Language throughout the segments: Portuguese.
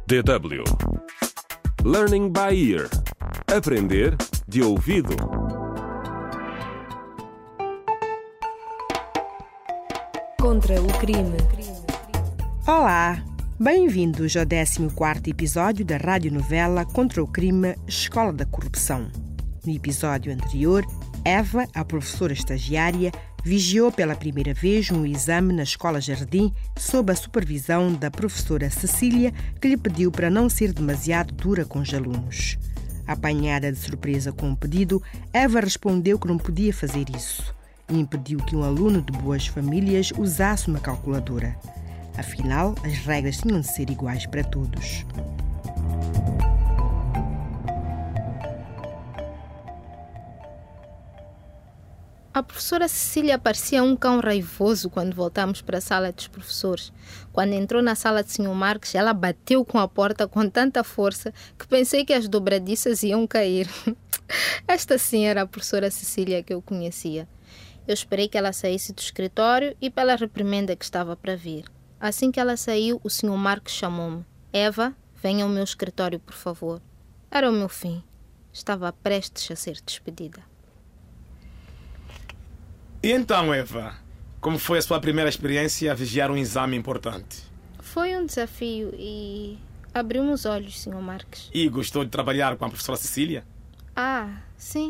DW Learning by Ear. Aprender de ouvido. Contra o crime. Olá, bem-vindos ao 14º episódio da radionovela Contra o Crime, Escola da Corrupção. No episódio anterior, Eva, a professora estagiária, vigiou pela primeira vez um exame na Escola Jardim sob a supervisão da professora Cecília, que lhe pediu para não ser demasiado dura com os alunos. Apanhada de surpresa com o pedido, Eva respondeu que não podia fazer isso e impediu que um aluno de boas famílias usasse uma calculadora. Afinal, as regras tinham de ser iguais para todos. A professora Cecília parecia um cão raivoso quando voltamos para a sala dos professores. Quando entrou na sala de Sr. Marques, ela bateu com a porta com tanta força que pensei que as dobradiças iam cair. Esta sim era a professora Cecília que eu conhecia. Eu esperei que ela saísse do escritório e pela reprimenda que estava para vir. Assim que ela saiu, o Sr. Marques chamou-me. Eva, venha ao meu escritório, por favor. Era o meu fim. Estava prestes a ser despedida. E então, Eva, como foi a sua primeira experiência a vigiar um exame importante? Foi um desafio e abriu-me os olhos, Sr. Marques. E gostou de trabalhar com a professora Cecília? Ah, sim.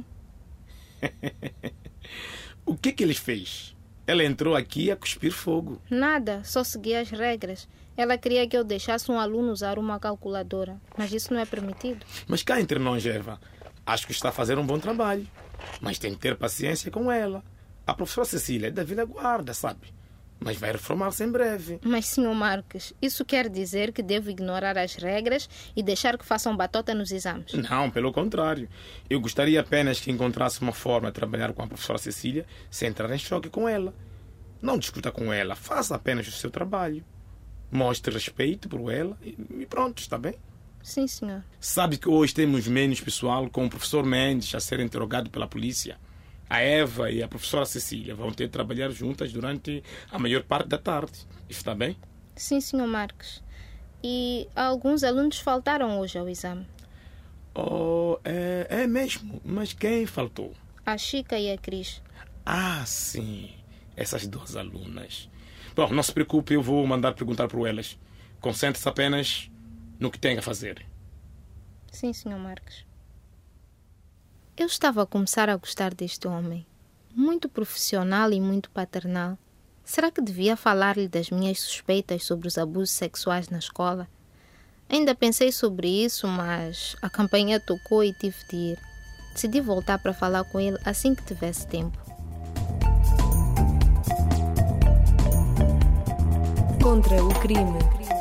O que ele fez? Ela entrou aqui a cuspir fogo. Nada, só segui as regras. Ela queria que eu deixasse um aluno usar uma calculadora, mas isso não é permitido. Mas cá entre nós, Eva, acho que está a fazer um bom trabalho. Mas tem que ter paciência com ela. A professora Cecília é da velha guarda, sabe? Mas vai reformar-se em breve. Mas, Sr. Marques, isso quer dizer que devo ignorar as regras e deixar que façam batota nos exames? Não, pelo contrário. Eu gostaria apenas que encontrasse uma forma de trabalhar com a professora Cecília sem entrar em choque com ela. Não discuta com ela, faça apenas o seu trabalho. Mostre respeito por ela e pronto, está bem? Sim, senhor. Sabe que hoje temos menos pessoal com o professor Mendes a ser interrogado pela polícia. A Eva e a professora Cecília vão ter de trabalhar juntas durante a maior parte da tarde. Está bem? Sim, Sr. Marques. E alguns alunos faltaram hoje ao exame. Oh, é mesmo? Mas quem faltou? A Chica e a Cris. Ah, sim. Essas duas alunas. Bom, não se preocupe, eu vou mandar perguntar por elas. Concentre-se apenas no que tem a fazer. Sim, Sr. Marques. Eu estava a começar a gostar deste homem. Muito profissional e muito paternal. Será que devia falar-lhe das minhas suspeitas sobre os abusos sexuais na escola? Ainda pensei sobre isso, mas a campainha tocou e tive de ir. Decidi voltar para falar com ele assim que tivesse tempo. Contra o crime.